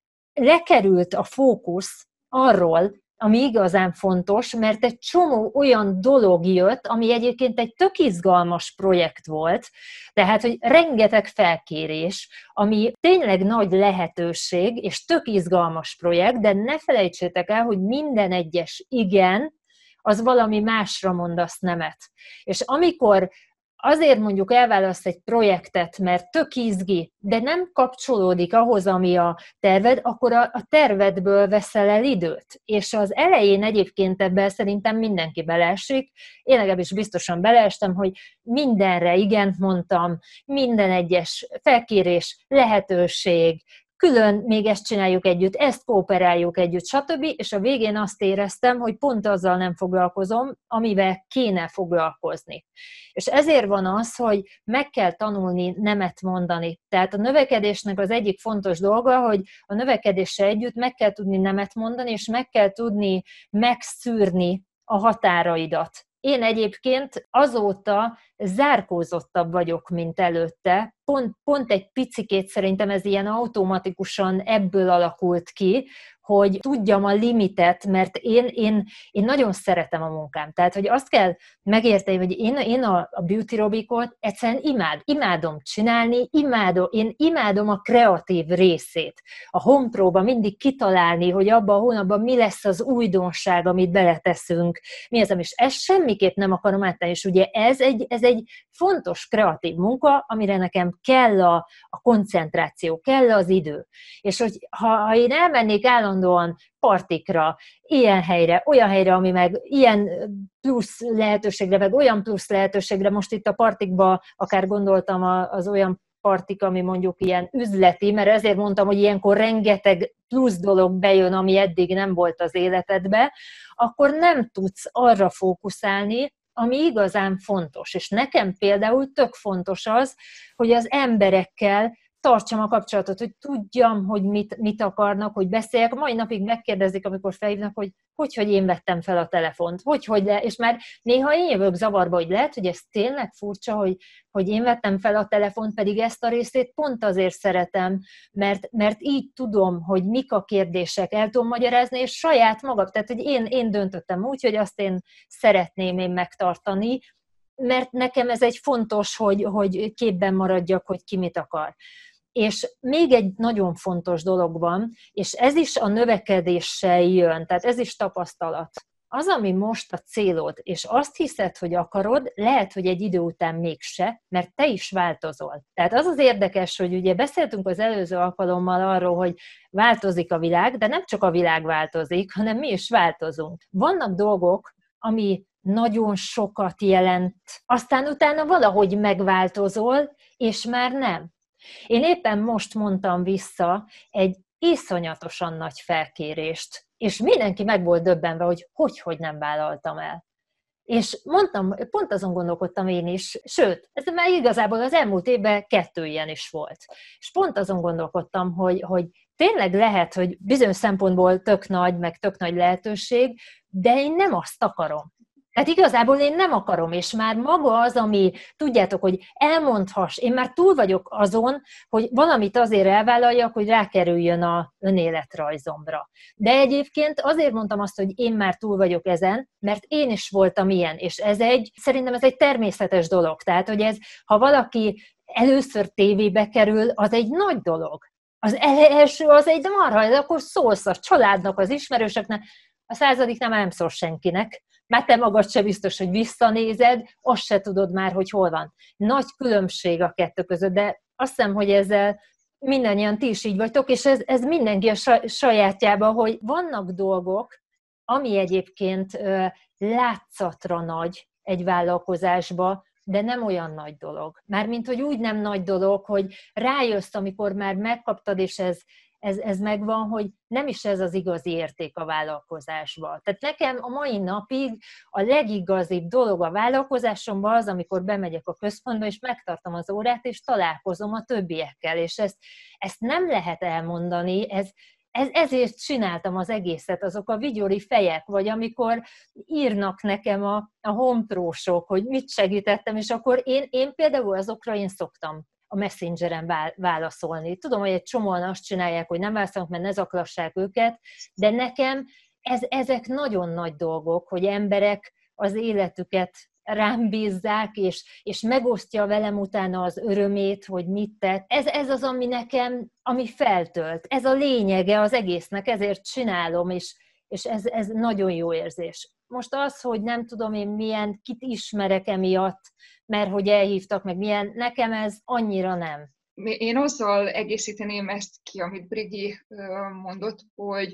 lekerült a fókusz arról, ami igazán fontos, mert egy csomó olyan dolog jött, ami egyébként egy tök izgalmas projekt volt, tehát, hogy rengeteg felkérés, ami tényleg nagy lehetőség, és tök izgalmas projekt, de ne felejtsétek el, hogy minden egyes igen, az valami másra mondasz nemet. És amikor azért mondjuk elválaszt egy projektet, mert tök izgi, de nem kapcsolódik ahhoz, ami a terved, akkor a, a tervedből veszel el időt. És az elején egyébként ebben szerintem mindenki beleesik. Én legalábbis biztosan beleestem, hogy mindenre igent mondtam, minden egyes felkérés, lehetőség, külön még ezt csináljuk együtt, ezt kooperáljuk együtt, stb. És a végén azt éreztem, hogy pont azzal nem foglalkozom, amivel kéne foglalkozni. És ezért van az, hogy meg kell tanulni nemet mondani. Tehát a növekedésnek az egyik fontos dolga, hogy a növekedéssel együtt meg kell tudni nemet mondani, és meg kell tudni megszűrni a határaidat. Én egyébként azóta zárkózottabb vagyok, mint előtte. Pont, pont egy picikét szerintem ez ilyen automatikusan ebből alakult ki, hogy tudjam a limitet, mert én, én, én nagyon szeretem a munkám. Tehát, hogy azt kell megérteni, hogy én, én a, a Beauty Robikot egyszerűen imád, imádom csinálni, imádom, én imádom a kreatív részét. A HomePro-ba mindig kitalálni, hogy abban a hónapban mi lesz az újdonság, amit beleteszünk, mi az, és ezt semmiképp nem akarom áttenni, és ugye ez egy, ez egy fontos kreatív munka, amire nekem kell a, a koncentráció, kell az idő. És hogy ha, ha én elmennék állandóan partikra, ilyen helyre, olyan helyre, ami meg ilyen plusz lehetőségre, meg olyan plusz lehetőségre, most itt a partikba akár gondoltam az olyan partik, ami mondjuk ilyen üzleti, mert ezért mondtam, hogy ilyenkor rengeteg plusz dolog bejön, ami eddig nem volt az életedbe, akkor nem tudsz arra fókuszálni, ami igazán fontos. És nekem például tök fontos az, hogy az emberekkel tartsam a kapcsolatot, hogy tudjam, hogy mit, mit akarnak, hogy beszéljek. Mai napig megkérdezik, amikor felhívnak, hogy hogy, hogy én vettem fel a telefont, hogy, hogy le, és már néha én jövök zavarba, hogy lehet, hogy ez tényleg furcsa, hogy, hogy én vettem fel a telefont, pedig ezt a részét pont azért szeretem, mert, mert így tudom, hogy mik a kérdések, el tudom magyarázni, és saját magam, tehát hogy én, én döntöttem úgy, hogy azt én szeretném én megtartani, mert nekem ez egy fontos, hogy, hogy képben maradjak, hogy ki mit akar. És még egy nagyon fontos dolog van, és ez is a növekedéssel jön, tehát ez is tapasztalat, az, ami most a célod, és azt hiszed, hogy akarod, lehet, hogy egy idő után mégse, mert te is változol. Tehát az az érdekes, hogy ugye beszéltünk az előző alkalommal arról, hogy változik a világ, de nem csak a világ változik, hanem mi is változunk. Vannak dolgok, ami nagyon sokat jelent, aztán utána valahogy megváltozol, és már nem. Én éppen most mondtam vissza egy iszonyatosan nagy felkérést, és mindenki meg volt döbbenve, hogy hogy, hogy nem vállaltam el. És mondtam, pont azon gondolkodtam én is, sőt, ez már igazából az elmúlt évben kettő ilyen is volt. És pont azon gondolkodtam, hogy, hogy tényleg lehet, hogy bizonyos szempontból tök nagy, meg tök nagy lehetőség, de én nem azt akarom. Tehát igazából én nem akarom, és már maga az, ami, tudjátok, hogy elmondhass, én már túl vagyok azon, hogy valamit azért elvállaljak, hogy rákerüljön a önéletrajzomra. De egyébként azért mondtam azt, hogy én már túl vagyok ezen, mert én is voltam ilyen, és ez egy, szerintem ez egy természetes dolog. Tehát, hogy ez, ha valaki először tévébe kerül, az egy nagy dolog. Az első az egy marha, akkor szólsz a családnak, az ismerősöknek, a századiknál már nem szólsz senkinek. Már te magad se biztos, hogy visszanézed, azt se tudod már, hogy hol van. Nagy különbség a kettő között, de azt hiszem, hogy ezzel mindannyian ti is így vagytok, és ez, ez mindenki a sajátjában, hogy vannak dolgok, ami egyébként ö, látszatra nagy egy vállalkozásba, de nem olyan nagy dolog. Mármint, hogy úgy nem nagy dolog, hogy rájössz, amikor már megkaptad, és ez, ez, ez megvan, hogy nem is ez az igazi érték a vállalkozásban. Tehát nekem a mai napig a legigazibb dolog a vállalkozásomban az, amikor bemegyek a központba, és megtartom az órát, és találkozom a többiekkel, és ezt, ezt nem lehet elmondani, ez, ez, ezért csináltam az egészet, azok a vigyori fejek, vagy amikor írnak nekem a, a honprósok, hogy mit segítettem, és akkor én, én például azokra én szoktam a Messengeren válaszolni. Tudom, hogy egy csomóan azt csinálják, hogy nem válaszolnak, mert ne zaklassák őket, de nekem ez, ezek nagyon nagy dolgok, hogy emberek az életüket rám bízzák, és, és megosztja velem utána az örömét, hogy mit tett. Ez, ez az, ami nekem, ami feltölt. Ez a lényege az egésznek, ezért csinálom, és, és ez, ez nagyon jó érzés. Most az, hogy nem tudom én milyen, kit ismerek emiatt, mert hogy elhívtak, meg milyen, nekem ez annyira nem. Én azzal egészíteném ezt ki, amit Brigi mondott, hogy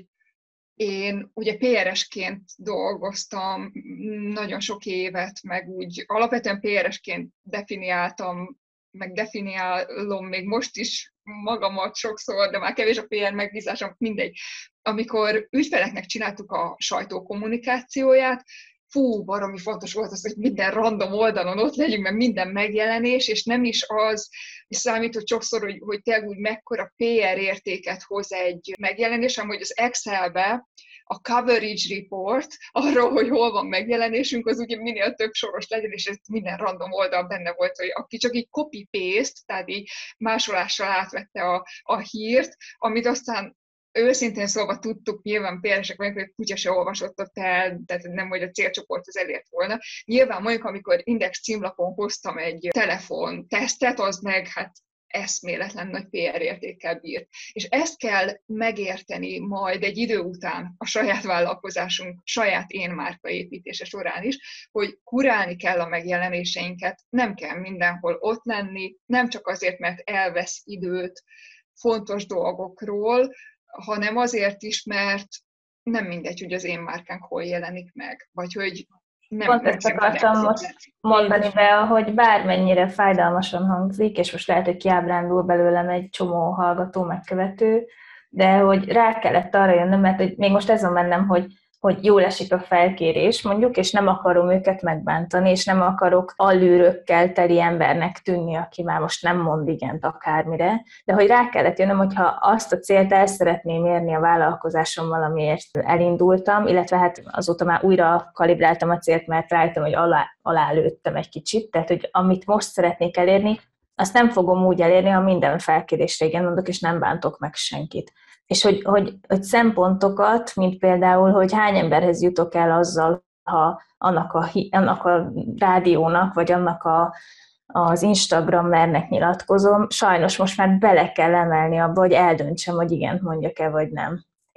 én ugye pé er esként dolgoztam nagyon sok évet, meg úgy alapvetően pé er esként definiáltam, meg definiálom még most is magamat sokszor, de már kevés a pé er megbízásom, mindegy. Amikor ügyfeleknek csináltuk a sajtókommunikációját, fú, baromi fontos volt az, hogy minden random oldalon ott legyünk, mert minden megjelenés, és nem is az, és számított sokszor, hogy, hogy tényleg úgy mekkora pé er értéket hoz egy megjelenés, hanem hogy az Excelbe a coverage report arról, hogy hol van megjelenésünk, az ugye minél több soros legyen, és ez minden random oldal benne volt, hogy aki csak így copy-paste, tehát így másolással átvette a, a hírt, amit aztán őszintén szólva tudtuk, nyilván pé er esek vagyunk, hogy kutya se olvasott ott el, tehát nem, hogy a célcsoport az elért volna. Nyilván mondjuk, amikor Index címlapon hoztam egy telefon tesztet, az meg hát eszméletlen nagy pé er értékkel bírt. És ezt kell megérteni majd egy idő után a saját vállalkozásunk, saját én márka építése során is, hogy kurálni kell a megjelenéseinket, nem kell mindenhol ott lenni, nem csak azért, mert elvesz időt fontos dolgokról, hanem azért is, mert nem mindegy, hogy az én márkánk hol jelenik meg, vagy hogy nem... Pont ezt akartam most mondani be, hogy bármennyire fájdalmasan hangzik, és most lehet, hogy kiábrándul belőlem egy csomó hallgató, megkövető, de hogy rá kellett arra jönnöm, mert hogy még most ez van bennem, hogy hogy jól esik a felkérés, mondjuk, és nem akarom őket megbántani, és nem akarok allűrökkel teli embernek tűnni, aki már most nem mond igent akármire, de hogy rá kellett jönnöm, hogyha azt a célt el szeretném érni a vállalkozásom valamiért elindultam, illetve hát azóta már újra kalibráltam a célt, mert rájöttem, hogy alá, alá lőttem egy kicsit, tehát hogy amit most szeretnék elérni, azt nem fogom úgy elérni, ha minden felkérésre igen mondok, és nem bántok meg senkit. És hogy, hogy, hogy szempontokat, mint például, hogy hány emberhez jutok el azzal, ha annak a, annak a rádiónak, vagy annak a, az Instagrammernek nyilatkozom, sajnos most már bele kell emelni abba, hogy eldöntsem, hogy igent mondjak-e, vagy nem.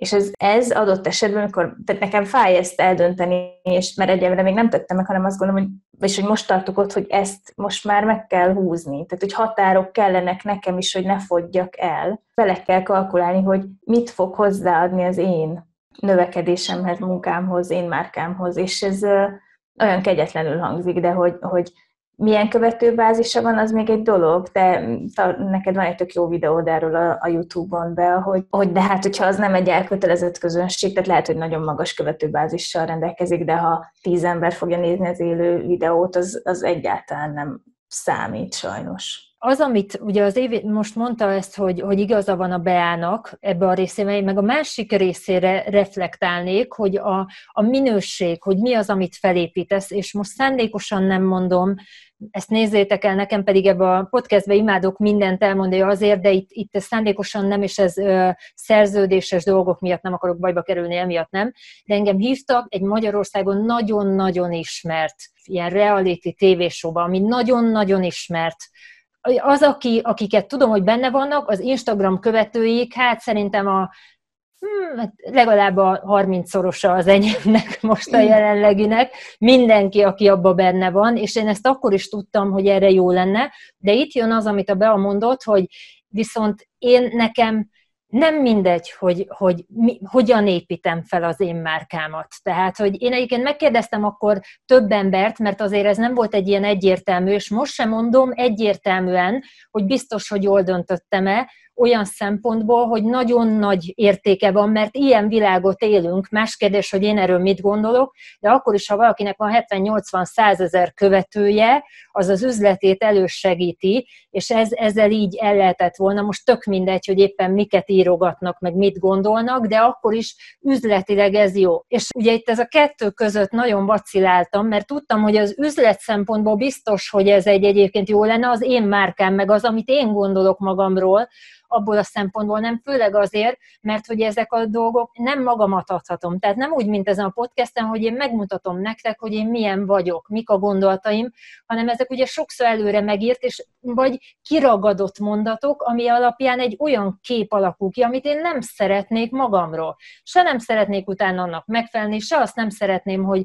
És ez, ez adott esetben, amikor, tehát nekem fáj ezt eldönteni, és mert egyelőre még nem tettem meg, hanem azt gondolom, hogy, vagyis, hogy most tartok ott, hogy ezt most már meg kell húzni. Tehát, hogy határok kellenek nekem is, hogy ne fogyjak el. Vele kell kalkulálni, hogy mit fog hozzáadni az én növekedésemhez, munkámhoz, én márkámhoz, és ez uh, olyan kegyetlenül hangzik, de hogy, hogy milyen követőbázisa van, az még egy dolog, de neked van egy tök jó videód erről a, a YouTube-on be, hogy, hogy de hát, hogyha az nem egy elkötelezett közönség, tehát lehet, hogy nagyon magas követőbázissal rendelkezik, de ha tíz ember fogja nézni az élő videót, az, az egyáltalán nem számít sajnos. Az, amit ugye az Évi most mondta ezt, hogy, hogy igaza van a Beának ebbe a részében, én meg a másik részére reflektálnék, hogy a, a minőség, hogy mi az, amit felépítesz, és most szándékosan nem mondom, ezt nézzétek el, nekem pedig ebbe a podcastbe imádok mindent elmondani azért, de itt, itt szándékosan nem, és ez ö, szerződéses dolgok miatt nem akarok bajba kerülni, emiatt nem, de engem hívtak egy Magyarországon nagyon-nagyon ismert ilyen reality tévésóba, ami nagyon-nagyon ismert. Az, aki, akiket tudom, hogy benne vannak, az Instagram követőik, hát szerintem a hmm, legalább a harmincszorosa az enyémnek most a jelenleginek, mindenki, aki abba benne van, és én ezt akkor is tudtam, hogy erre jó lenne, de itt jön az, amit a Bea mondott, hogy viszont én nekem nem mindegy, hogy, hogy mi, hogyan építem fel az én márkámat. Tehát, hogy én egyébként megkérdeztem akkor több embert, mert azért ez nem volt egy ilyen egyértelmű, és most sem mondom egyértelműen, hogy biztos, hogy jól döntöttem-e, olyan szempontból, hogy nagyon nagy értéke van, mert ilyen világot élünk, más kérdés, hogy én erről mit gondolok, de akkor is, ha valakinek van hetven-nyolcvan-százezer követője, az az üzletét elősegíti, és ez, ezzel így el lehetett volna. Most tök mindegy, hogy éppen miket írogatnak, meg mit gondolnak, de akkor is üzletileg ez jó. És ugye itt ez a kettő között nagyon vaciláltam, mert tudtam, hogy az üzlet szempontból biztos, hogy ez egy egyébként jó lenne, az én márkám, meg az, amit én gondolok magamról, abból a szempontból nem, főleg azért, mert hogy ezek a dolgok nem magamat adhatom. Tehát nem úgy, mint ezen a podcasten, hogy én megmutatom nektek, hogy én milyen vagyok, mik a gondolataim, hanem ezek ugye sokszor előre megírt, és vagy kiragadott mondatok, ami alapján egy olyan kép alakul ki, amit én nem szeretnék magamról. Se nem szeretnék utána annak megfelelni, se azt nem szeretném, hogy...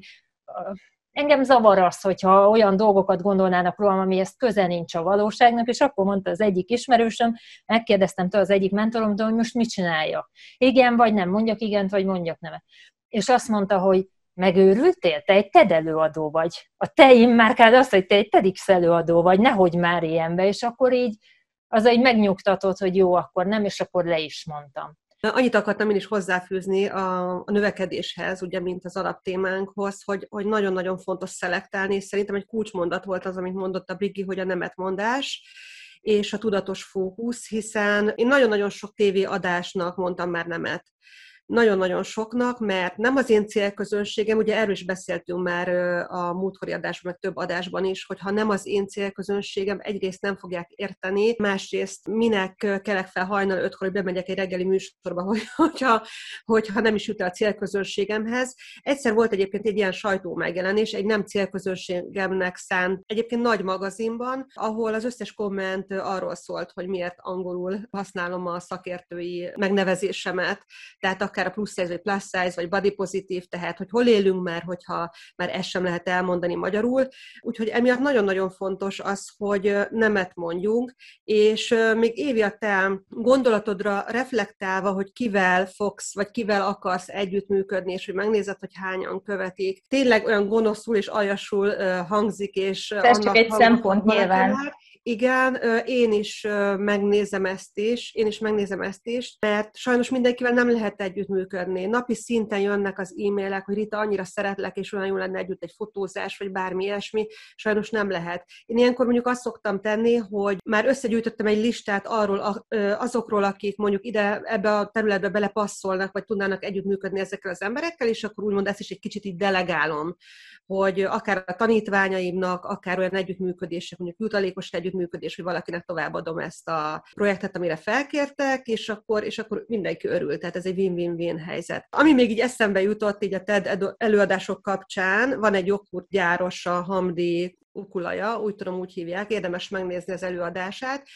Engem zavar az, hogyha olyan dolgokat gondolnának rólam, amihez köze nincs a valóságnak, és akkor mondta az egyik ismerősöm, megkérdeztem tőle az egyik mentoromtól, hogy most mit csinálja. Igen vagy nem, mondjak igent, vagy mondjak nemet. És azt mondta, hogy megőrültél? Te egy TED előadó vagy. A te immárkád azt, hogy te egy TEDx előadó vagy, nehogy már ilyenbe, és akkor így az egy megnyugtatott, hogy jó, akkor nem, és akkor le is mondtam. Annyit akartam én is hozzáfűzni a, a növekedéshez, ugye, mint az alaptémánkhoz, hogy, hogy nagyon-nagyon fontos szelektálni, és szerintem egy kulcsmondat volt az, amit mondott a Brigi, hogy a nemetmondás és a tudatos fókusz, hiszen én nagyon-nagyon sok tévéadásnak mondtam már nemet. Nagyon-nagyon soknak, mert nem az én célközönségem, ugye erről is beszéltünk már a múltkori adásban, meg több adásban is, hogy ha nem az én célközönségem, egyrészt nem fogják érteni, másrészt minek kelek fel hajnal ötkor, hogy bemegyek egy reggeli műsorba, hogy, hogyha, hogyha nem is jut el a célközönségemhez. Egyszer volt egyébként egy ilyen sajtó megjelenés, egy nem célközönségemnek szánt, egyébként nagy magazinban, ahol az összes komment arról szólt, hogy miért angolul használom a szakértői megnevezésemet, tehát akár a plusz size, vagy plus size, vagy body pozitív, tehát hogy hol élünk már, hogyha már ezt sem lehet elmondani magyarul. Úgyhogy emiatt nagyon-nagyon fontos az, hogy nemet mondjunk, és még Évi, a te gondolatodra reflektálva, hogy kivel fogsz, vagy kivel akarsz együttműködni, és hogy megnézed, hogy hányan követik. Tényleg olyan gonoszul és aljasul hangzik, és ez csak egy szempont nyilván. Igen, én is megnézem ezt is, én is megnézem ezt is, mert sajnos mindenkivel nem lehet együttműködni. Napi szinten jönnek az e-mailek, hogy Rita, annyira szeretlek, és olyan jó lenne együtt egy fotózás, vagy bármi ilyesmi, sajnos nem lehet. Én ilyenkor mondjuk azt szoktam tenni, hogy már összegyűjtöttem egy listát arról, azokról, akik mondjuk ide, ebbe a területbe belepasszolnak, vagy tudnának együttműködni ezekkel az emberekkel, és akkor úgymond ezt is egy kicsit így delegálom, hogy akár a tanítványaimnak, akár olyan együttműködések, mondjuk jutalékos együttműködés, hogy valakinek továbbadom ezt a projektet, amire felkértek, és akkor, és akkor mindenki örül. Tehát ez egy win-win-win helyzet. Ami még így eszembe jutott így a TED előadások kapcsán, van egy joghurt gyáros, a Hamdi Ukulaja, úgy tudom, úgy hívják, érdemes megnézni az előadását.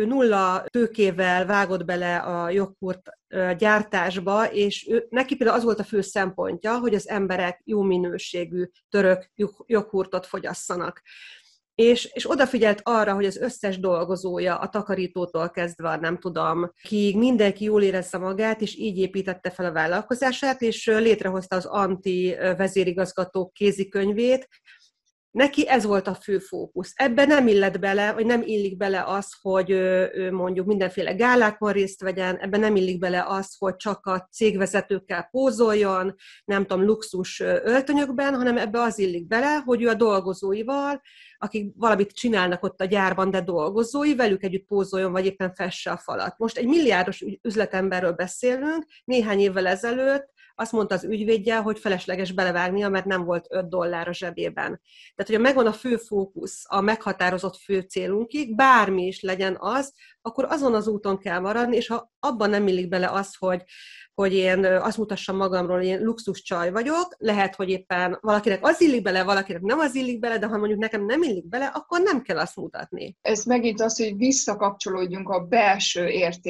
ő nulla tőkével vágott bele a joghurt gyártásba, és ő, neki például az volt a fő szempontja, hogy az emberek jó minőségű török joghurtot fogyasszanak. És, és odafigyelt arra, hogy az összes dolgozója, a takarítótól kezdve, nem tudom, kiig mindenki jól érezze magát, és így építette fel a vállalkozását, és létrehozta az Anti vezérigazgatók kézikönyvét. Neki ez volt a fő fókusz. Ebben nem illet bele, vagy nem illik bele az, hogy ő mondjuk mindenféle gálákon részt vegyen, ebben nem illik bele az, hogy csak a cégvezetőkkel pózoljon, nem tudom, luxus öltönyökben, hanem ebbe az illik bele, hogy ő a dolgozóival, akik valamit csinálnak ott a gyárban, de dolgozói, velük együtt pózoljon, vagy éppen fesse a falat. Most egy milliárdos üzletemberről beszélünk, néhány évvel ezelőtt azt mondta az ügyvédje, hogy felesleges belevágnia, mert nem volt öt dollár a zsebében. Tehát, hogyha megvan a fő fókusz, a meghatározott fő célunkig, bármi is legyen az, akkor azon az úton kell maradni, és ha abban nem illik bele az, hogy, hogy én azt mutassam magamról, hogy én luxus csaj vagyok, lehet, hogy éppen valakinek az illik bele, valakinek nem az illik bele, de ha mondjuk nekem nem illik bele, akkor nem kell azt mutatni. Ez megint az, hogy visszakapcsolódjunk a belső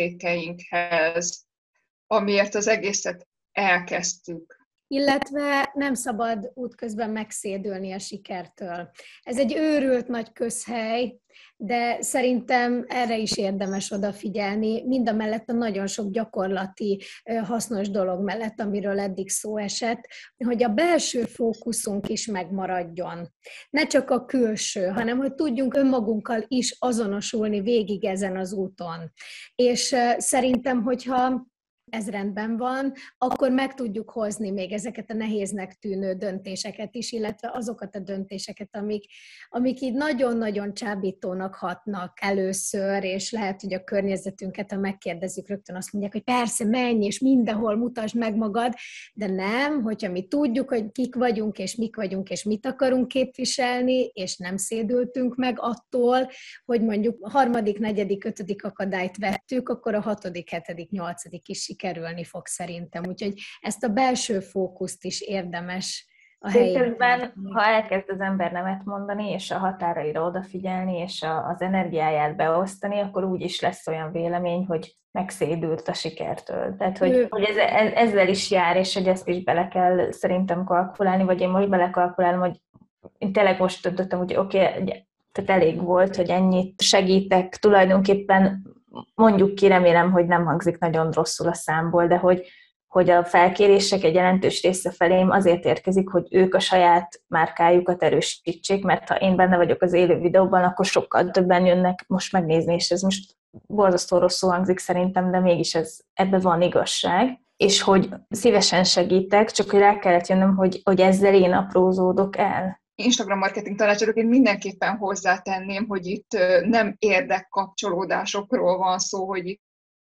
értékeinkhez, amiért az egészet elkezdtük. Illetve nem szabad útközben megszédülni a sikertől. Ez egy őrült nagy közhely, de szerintem erre is érdemes odafigyelni, mindamellett a nagyon sok gyakorlati, hasznos dolog mellett, amiről eddig szó esett, hogy a belső fókuszunk is megmaradjon. Ne csak a külső, hanem hogy tudjunk önmagunkkal is azonosulni végig ezen az úton. És szerintem, hogyha ez rendben van, akkor meg tudjuk hozni még ezeket a nehéznek tűnő döntéseket is, illetve azokat a döntéseket, amik, amik így nagyon-nagyon csábítónak hatnak először, és lehet, hogy a környezetünket, ha megkérdezzük, rögtön azt mondják, hogy persze, menj, és mindenhol mutasd meg magad, de nem, hogyha mi tudjuk, hogy kik vagyunk, és mik vagyunk, és mit akarunk képviselni, és nem szédültünk meg attól, hogy mondjuk a harmadik, negyedik, ötödik akadályt vettük, akkor a hatodik, hetedik, nyolcadik is kerülni fog szerintem. Úgyhogy ezt a belső fókuszt is érdemes a helyén. Közben, ha elkezd az ember nemet mondani, és a határaira odafigyelni, és a, az energiáját beosztani, akkor úgy is lesz olyan vélemény, hogy megszédült a sikertől. Tehát, hogy, ő... hogy ez, ez, ezzel is jár, és hogy ezt is bele kell szerintem kalkulálni, vagy én most belekalkulálom, hogy én tényleg most döntöttem, hogy oké, okay, tehát elég volt, hogy ennyit segítek tulajdonképpen. Mondjuk ki, remélem, hogy nem hangzik nagyon rosszul a számból, de hogy, hogy a felkérések egy jelentős része felém azért érkezik, hogy ők a saját márkájukat erősítsék, mert ha én benne vagyok az élő videóban, akkor sokkal többen jönnek most megnézni, és ez most borzasztó rosszul hangzik szerintem, de mégis ez, ebben van igazság. És hogy szívesen segítek, csak hogy rá kellett jönnöm, hogy, hogy ezzel én aprózódok el. Instagram marketing tanácsadók, én mindenképpen hozzátenném, hogy itt nem érdekkapcsolódásokról van szó, hogy itt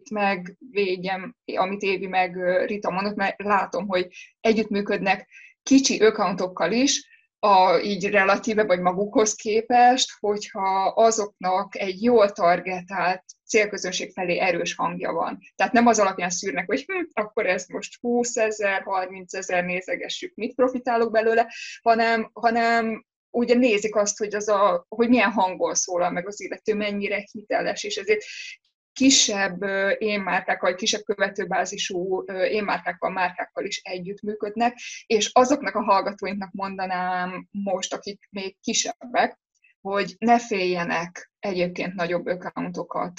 megvédjem, amit Évi meg Rita mondott, mert látom, hogy együttműködnek kicsi accountokkal is, a, így relatíve vagy magukhoz képest, hogyha azoknak egy jól targetált célközönség felé erős hangja van. Tehát nem az alapján szűrnek, hogy hm, akkor ez most húszezer, harmincezer nézegessük, mit profitálok belőle, hanem, hanem ugye nézik azt, hogy, az a, hogy milyen hangon szólal meg az illető, mennyire hiteles, és ezért kisebb énmárkákkal, kisebb követőbázisú énmárkákkal, márkákkal is együttműködnek, és azoknak a hallgatóinknak mondanám most, akik még kisebbek, hogy ne féljenek egyébként nagyobb accountokat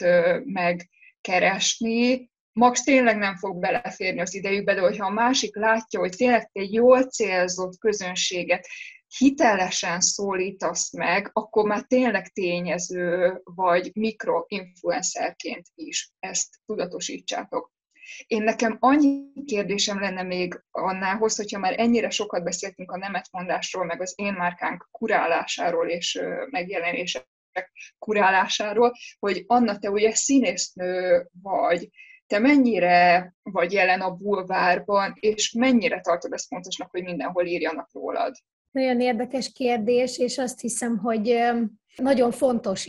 megkeresni. Max tényleg nem fog beleférni az idejükbe, de hogyha a másik látja, hogy tényleg egy jól célzott közönséget hitelesen szólítasz meg, akkor már tényleg tényező vagy mikroinfluencerként is ezt tudatosítsátok. Én nekem annyi kérdésem lenne még annához, hogyha már ennyire sokat beszéltünk a nemetmondásról, meg az én márkánk kurálásáról és megjelenések kurálásáról, hogy Anna, te ugye színésznő vagy, te mennyire vagy jelen a bulvárban, és mennyire tartod ezt fontosnak, hogy mindenhol írjanak rólad? Nagyon érdekes kérdés, és azt hiszem, hogy nagyon fontos is.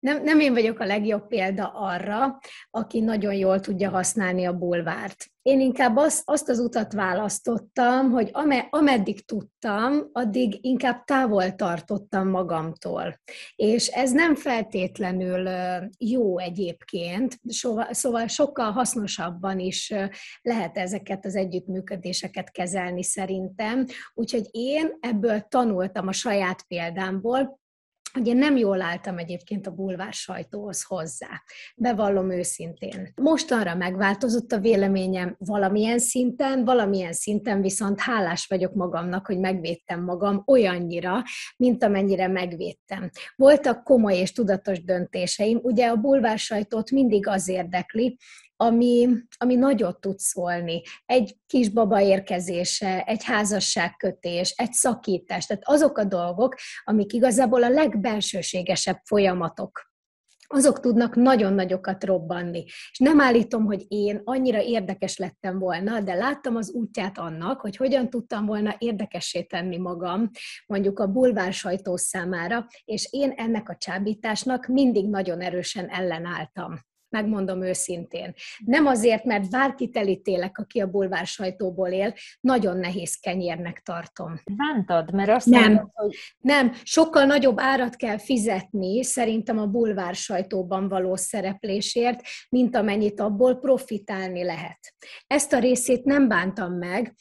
Nem, nem én vagyok a legjobb példa arra, aki nagyon jól tudja használni a bulvárt. Én inkább azt, azt az utat választottam, hogy ameddig tudtam, addig inkább távol tartottam magamtól. És ez nem feltétlenül jó egyébként, szóval sokkal hasznosabban is lehet ezeket az együttműködéseket kezelni szerintem. Úgyhogy én ebből tanultam a saját példámból, hogy én nem jól álltam egyébként a bulvár sajtóhoz hozzá. Bevallom őszintén. Mostanra megváltozott a véleményem valamilyen szinten, valamilyen szinten viszont hálás vagyok magamnak, hogy megvédtem magam olyannyira, mint amennyire megvédtem. Voltak komoly és tudatos döntéseim. Ugye a bulvár sajtót mindig az érdekli, Ami, ami nagyot tud szólni. Egy kisbaba érkezése, egy házasságkötés, egy szakítás, tehát azok a dolgok, amik igazából a legbelsőségesebb folyamatok, azok tudnak nagyon nagyokat robbanni. És nem állítom, hogy én annyira érdekes lettem volna, de láttam az útját annak, hogy hogyan tudtam volna érdekessé tenni magam, mondjuk a bulvár sajtó számára, és én ennek a csábításnak mindig nagyon erősen ellenálltam. Megmondom őszintén. Nem azért, mert bárkit elítélek, aki a bulvár sajtóból él, nagyon nehéz kenyérnek tartom. Bántad, mert azt nem, mondod, hogy... Nem, sokkal nagyobb árat kell fizetni szerintem a bulvár sajtóban való szereplésért, mint amennyit abból profitálni lehet. Ezt a részét nem bántam meg,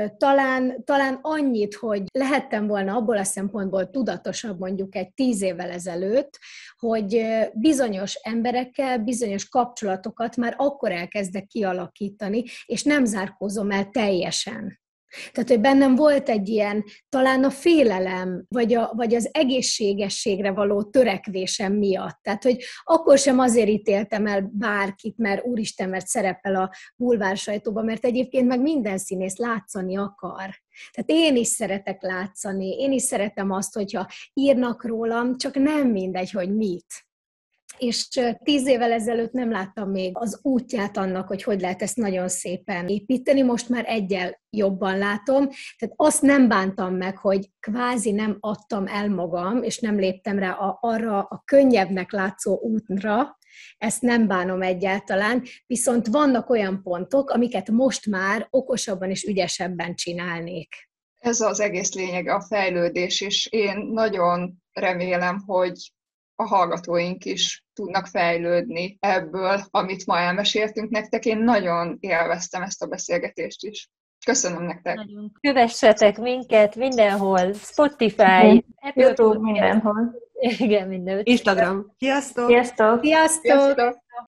talán, talán annyit, hogy lehettem volna abból a szempontból tudatosabb mondjuk egy tíz évvel ezelőtt, hogy bizonyos emberekkel, bizonyos kapcsolatokat már akkor elkezdek kialakítani, és nem zárkózom el teljesen. Tehát, hogy bennem volt egy ilyen, talán a félelem, vagy, a, vagy az egészségességre való törekvésem miatt. Tehát, hogy akkor sem azért ítéltem el bárkit, mert úristen, mert szerepel a bulvár sajtóban, mert egyébként meg minden színész látszani akar. Tehát én is szeretek látszani, én is szeretem azt, hogyha írnak rólam, csak nem mindegy, hogy mit. És tíz évvel ezelőtt nem láttam még az útját annak, hogy hogy lehet ezt nagyon szépen építeni, most már egyel jobban látom. Tehát azt nem bántam meg, hogy kvázi nem adtam el magam, és nem léptem rá a, arra a könnyebbnek látszó útra, ezt nem bánom egyáltalán, viszont vannak olyan pontok, amiket most már okosabban és ügyesebben csinálnék. Ez az egész lényeg, a fejlődés, és én nagyon remélem, hogy a hallgatóink is tudnak fejlődni ebből, amit ma elmeséltünk nektek. Én nagyon élveztem ezt a beszélgetést is. Köszönöm nektek! Kövessetek minket mindenhol, Spotify, YouTube, mindenhol. Igen, mindenhol. Instagram. Sziasztok! Sziasztok! Sziasztok! Sziasztok!